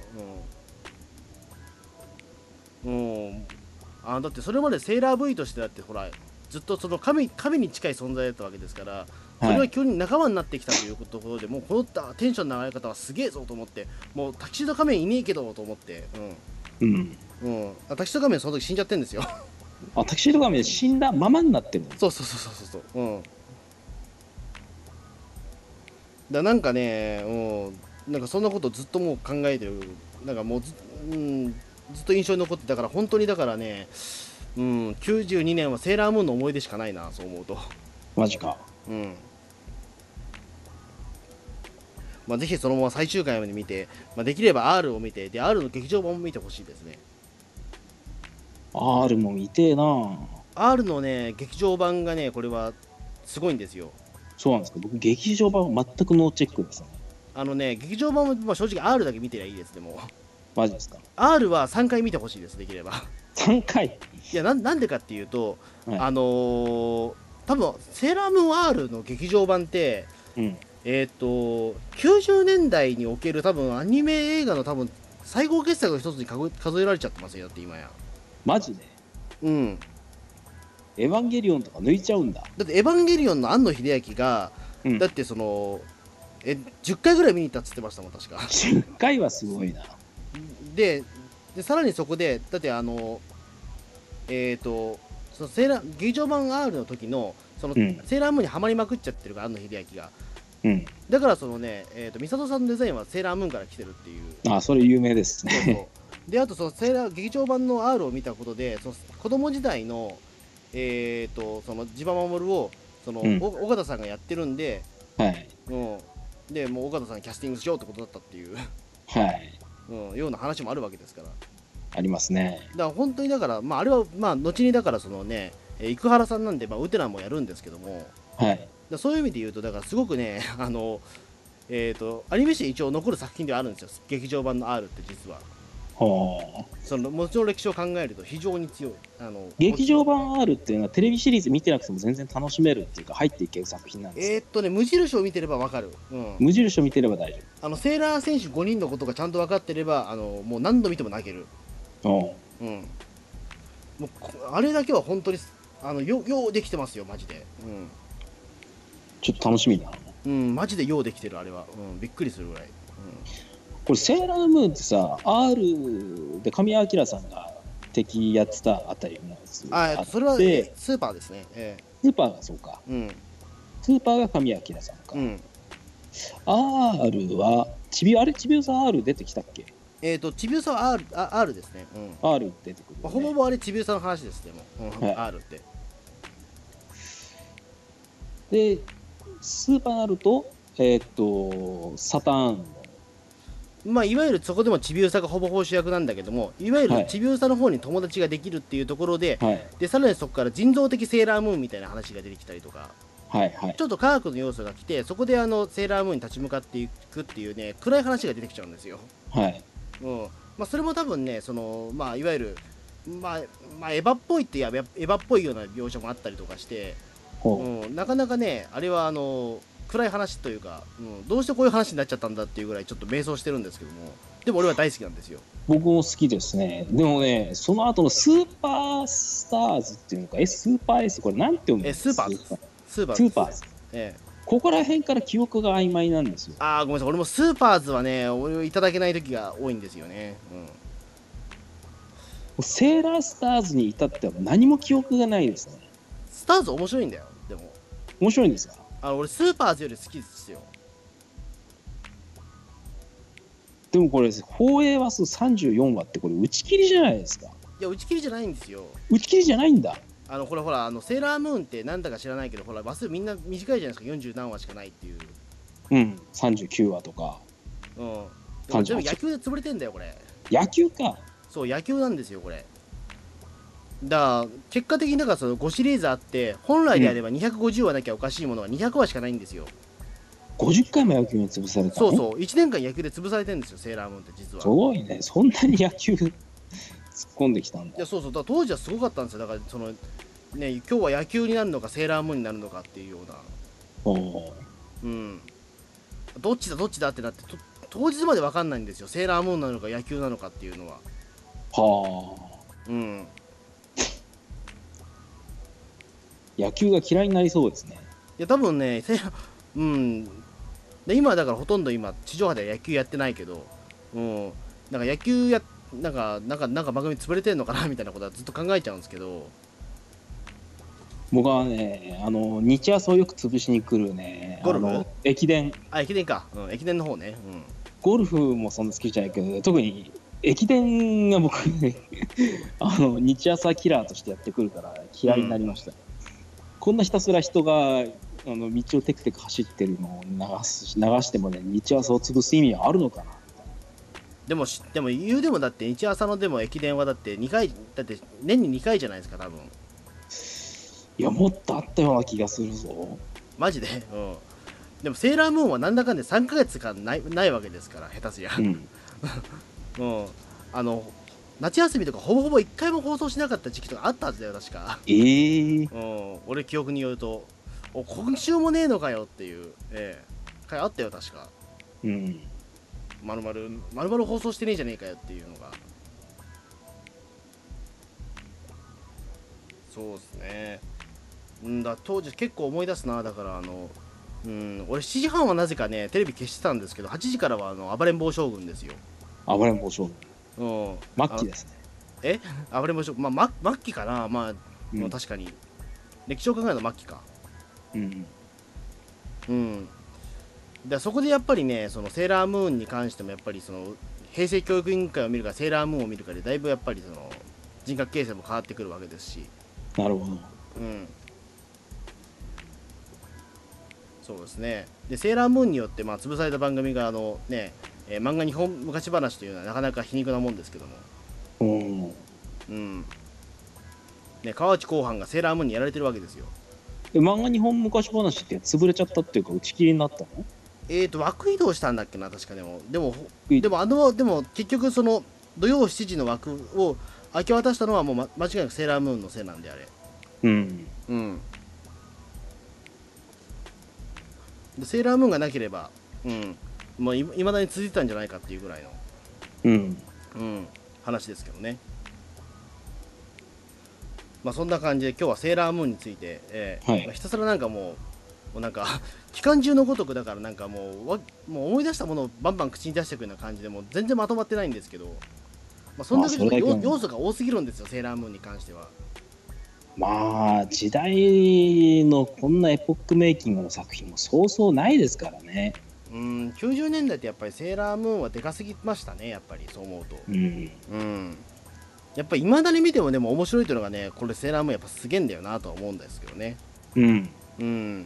うん、うん、あだってそれまでセーラー V としてだってほらずっとその神神に近い存在だったわけですからそれは急に仲間になってきたというところで、はい、もうこのテンションの上がり方はすげえぞと思ってもうタキシード仮面いねえけどと思って、 うんうんうん、あタキシード仮面その時死んじゃってんですよあ、タキシード仮面死んだままになってるの。 そうそうそうそうそう、うん、だなんかね、うん、なんかそんなことずっともう考えてるなんかもうず、うん、ずっと印象に残ってだから本当にだからね、うん、きゅうじゅうにねんはセーラームーンの思い出しかないなそう思うと。 マジか。 うんまあ、ぜひそのまま最終回まで見て、まあ、できれば R を見てで R の劇場版も見てほしいですね。 R も見てえな。 R のね劇場版がねこれはすごいんですよ。 そうなんですか。僕劇場版は全くノーチェックですね。 あのね劇場版も、まあ、正直 R だけ見てりゃいいですでもマジですか。 R はさんかい見てほしいですできればさんかい。 いやななんでかっていうと、 はい、 あのー、多分セーラームーン R の劇場版ってうんえっ、ー、ときゅうじゅうねんだいにおける多分アニメ映画の多分最高傑作の一つに数えられちゃってますよだって今や。 マジでうんエヴァンゲリオンとか抜いちゃうんだ。 だってエヴァンゲリオンの庵野秀明が、 うん、 だってそのえじゅっかいぐらい見に行ったっつってましたもん確かじゅっかいはすごいな。 ででさらにそこでだってあのえっ、ー、とそのセーラ劇場版 R の時のその、うん、セーラームーンにはまりまくっちゃってるから庵野秀明が、うん、だからそのね、えーと、ミサトさんのデザインはセーラームーンから来てるっていう。 あそれ有名ですね。 そうそうであとそのセーラー劇場版の R を見たことでその子供時代のえーとその地場守をその、うん、尾形さんがやってるんで、 はいうん、でもう尾形さんにキャスティングしようってことだったっていう、 はいうん、ような話もあるわけですから。 ありますね。 だから本当にだから、まあ、あれはまあ後にだからそのね生原さんなんで、まあ、ウテナもやるんですけども、 はい、 だそういう意味で言うとだからすごくねあの、えーとアニメ史一応残る作品ではあるんですよ劇場版の R って実は。そのもちろん歴史を考えると非常に強いあの劇場版 R っていうのはテレビシリーズ見てなくても全然楽しめるっていうか入っていける作品なんですえー、っとね無印を見てれば分かる、うん、 無印を見てれば大丈夫。 あのセーラー選手ごにんのことがちゃんと分かってればあのもう何度見ても泣ける。 おう、 うん、もうあれだけは本当にあのよようできてますよマジで、うん、 ちょっと楽しみだな。 うんマジでようできてるあれは、うん、びっくりするぐらい、うん、 これセーラームーンってさ R で神谷明さんが敵やってたあたりもあそれはでスーパーですね。えスーパーがそうか、 えうんスーパーが神谷明さんか、 うん R はちびあれちびうさ R 出てきたっけ？ えっ、とちびうさは R, あ R ですね。うん。 R 出てくるよね、 まあ、ほぼほぼあれちびうさの話ですでも、うんはい R って。 でスーパーになるとえーっとサターンのまあいわゆるそこでもちびうさがほぼほぼ主役なんだけども、いわゆはいるちびうさの方に友達ができるっていうところで、 はいでさらにそこから人造的セーラームーンみたいな話が出てきたりとか、 はいはいちょっと科学の要素が来て、そこであのセーラームーンに立ち向かっていくっていうね、暗い話が出てきちゃうんですよ。 はいうんまあ、それも多分ね、そのまあ、いわゆる、まあまあ、エヴァっぽいっていやエヴァっぽいような描写もあったりとかして、 ほう、 うん、なかなかね、あれはあの暗い話というか、うん、どうしてこういう話になっちゃったんだっていうぐらいちょっと迷走してるんですけども、でも俺は大好きなんですよ。 僕も好きですね。でもね、その後のスーパースターズっていうのか、え、スーパー S、これなんて読むの？ えスーパーズスーパーズスーパーズ。 ええ、 ここら辺から記憶が曖昧なんですよ。 ああごめんなさい、俺もスーパーズはね、俺をいただけない時が多いんですよね。うん、 セーラースターズに至っては何も記憶がないですね。 スターズ面白いんだよ。でも面白いんですか？ あの俺スーパーズより好きですよ。 でもこれ放映話数さんじゅうよんわってこれ打ち切りじゃないですか。 いや打ち切りじゃないんですよ。 打ち切りじゃないんだ。 あのほらほらあのセーラームーンってなんだか知らないけど、ほら話数みんな短いじゃないですか。よんじゅう何話しかないっていう。 うんさんじゅうきゅうわとか。 うんでもさんじゅうはちでも野球で潰れてんだよこれ。 野球か。 そう野球なんですよこれ。だから結果的にだからそのごシリーズあって、本来であればにひゃくごじゅうわなきゃおかしいものがにひゃくわしかないんですよ。 ごじゅっかいも野球に潰されたの？ そうそういちねんかん野球で潰されてるんですよセーラームーンって実は。 すごいね。そんなに野球突っ込んできたんだ。 いやそうそうだから当時はすごかったんですよ。だからそのね今日は野球になるのかセーラームーンになるのかっていうような、 おうんどっちだどっちだってなってと当日まで分かんないんですよ。セーラームーンなのか野球なのかっていうのは。 はあ。 うん野球が嫌いになりそうですね。 いや多分ねセーラーうんで今はだからほとんど今地上波では野球やってないけど、うんなんか野球やなんかなんかなんか番組潰れてんのかなみたいなことはずっと考えちゃうんですけど。 僕はね、あの日朝をよく潰しに来るね、 ゴルフあの駅伝、 あ駅伝か、うん、駅伝の方ね。うんゴルフもそんな好きじゃないけど、特に駅伝が僕ねあの日朝キラーとしてやってくるから嫌いになりました、うん、こんなひたすら人があの道をテクテク走ってるのを流す流してもね、日朝を潰す意味はあるのかな。 でもでも言うでもだって日朝のでも駅伝はだってにかいだって年ににかいじゃないですか多分。 いやもっとあったような気がするぞマジで。うんでもセーラームーンはなんだかんでさんかげつかんないないわけですから下手すりゃ、 うん、 うん、あの夏休みとかほぼほぼいっかいも放送しなかった時期とかあったはずだよ確か。 えー、 うん俺記憶によるとお今週もねえのかよっていう、ええ、回あったよ確か。 うんまるまるまるまる放送してねえじゃねえかよっていうのが。そうですね。んだ当時結構思い出すな。だからあのうん俺しちじはんはなぜかねテレビ消してたんですけど、はちじからはあの暴れん坊将軍ですよ。 暴れん坊将軍うん末期ですね。 え暴れん坊将軍まあ末末期かな。まあ、 うんまあ確かに歴史を考えると末期か。 うんうんでそこでやっぱりねそのセーラームーンに関してもやっぱりその平成教育委員会を見るかセーラームーンを見るかでだいぶやっぱりその人格形成も変わってくるわけですし。 なるほど。 うんそうですね。でセーラームーンによってまあ潰された番組があのね、えー漫画日本昔話というのはなかなか皮肉なもんですけども、 うんうんね、川内後半がセーラームーンにやられてるわけですよ。 え漫画日本昔話って潰れちゃったっていうか打ち切りになったの？ えーと枠移動したんだっけな確か。でもでもいでもあのでも結局その土曜しちじの枠を明け渡したのはもう、ま、間違いなくセーラームーンのせいなんであれ。 うんうんでセーラームーンがなければ、うん、もういまだに続いてたんじゃないかっていうぐらいの、 うんうん、話ですけどね。まあそんな感じで今日はセーラームーンについて、えーはいまあひたすらなんかもうもうなんか期間中のごとくだからなんかもうわもう思い出したものをバンバン口に出していくような感じでもう全然まとまってないんですけど、 まあ、そんだけちょっと要まあそれだけ要素が多すぎるんですよ、セーラームーンに関しては。 まあ時代のこんなエポックメイキングの作品もそうそうないですからね。 うん、きゅうじゅうねんだいってやっぱりセーラームーンはでかすぎましたね、やっぱりそう思うと。 うんうん、やっぱり未だに見てもでも面白いというのがね、これセーラームーンやっぱすげえんだよなとは思うんですけどね。 うんうん、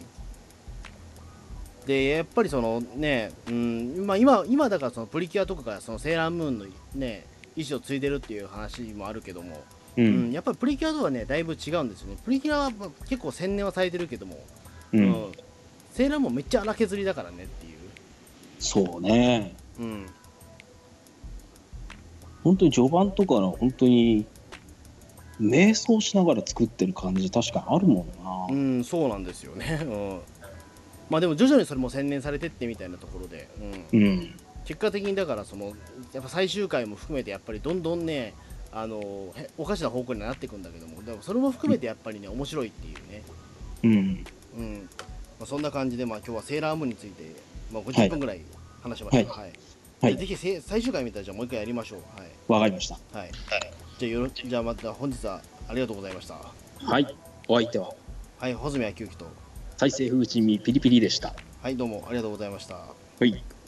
でやっぱりそのね、うんまあ、今今だからそのプリキュアとかがそのセーラームーンのね意思を継いでるっていう話もあるけども、 ううんん、やっぱりプリキュアとはねだいぶ違うんですよね。プリキュアはまあ結構洗練はされてるけども、 ううんん、セーラームーンめっちゃ荒削りだからねっていう。 そうね。 うん本当に序盤とかの本当に瞑想しながら作ってる感じ確かにあるもんな。 うん、そうなんですよね。うん、まあでも徐々にそれも洗練されてってみたいなところで、うん、 うん結果的にだからそのやっぱ最終回も含めてやっぱりどんどんねあのへおかしな方向になっていくんだけども、でもそれも含めてやっぱりね面白いっていうね、 うんうんまあ、そんな感じでまあ今日はセーラームーンについて、まあ、ごじゅっぷんぐらい話しました。はい、 はいでぜひせ最終回見たらじゃあもう一回やりましょう。 わかりました。 はい、はい、じゃあよろじゃあまた本日はありがとうございました。 はいお相手ははい、穂積昭之と、 大西風神味ピリピリでした。 はいどうもありがとうございました。 はい。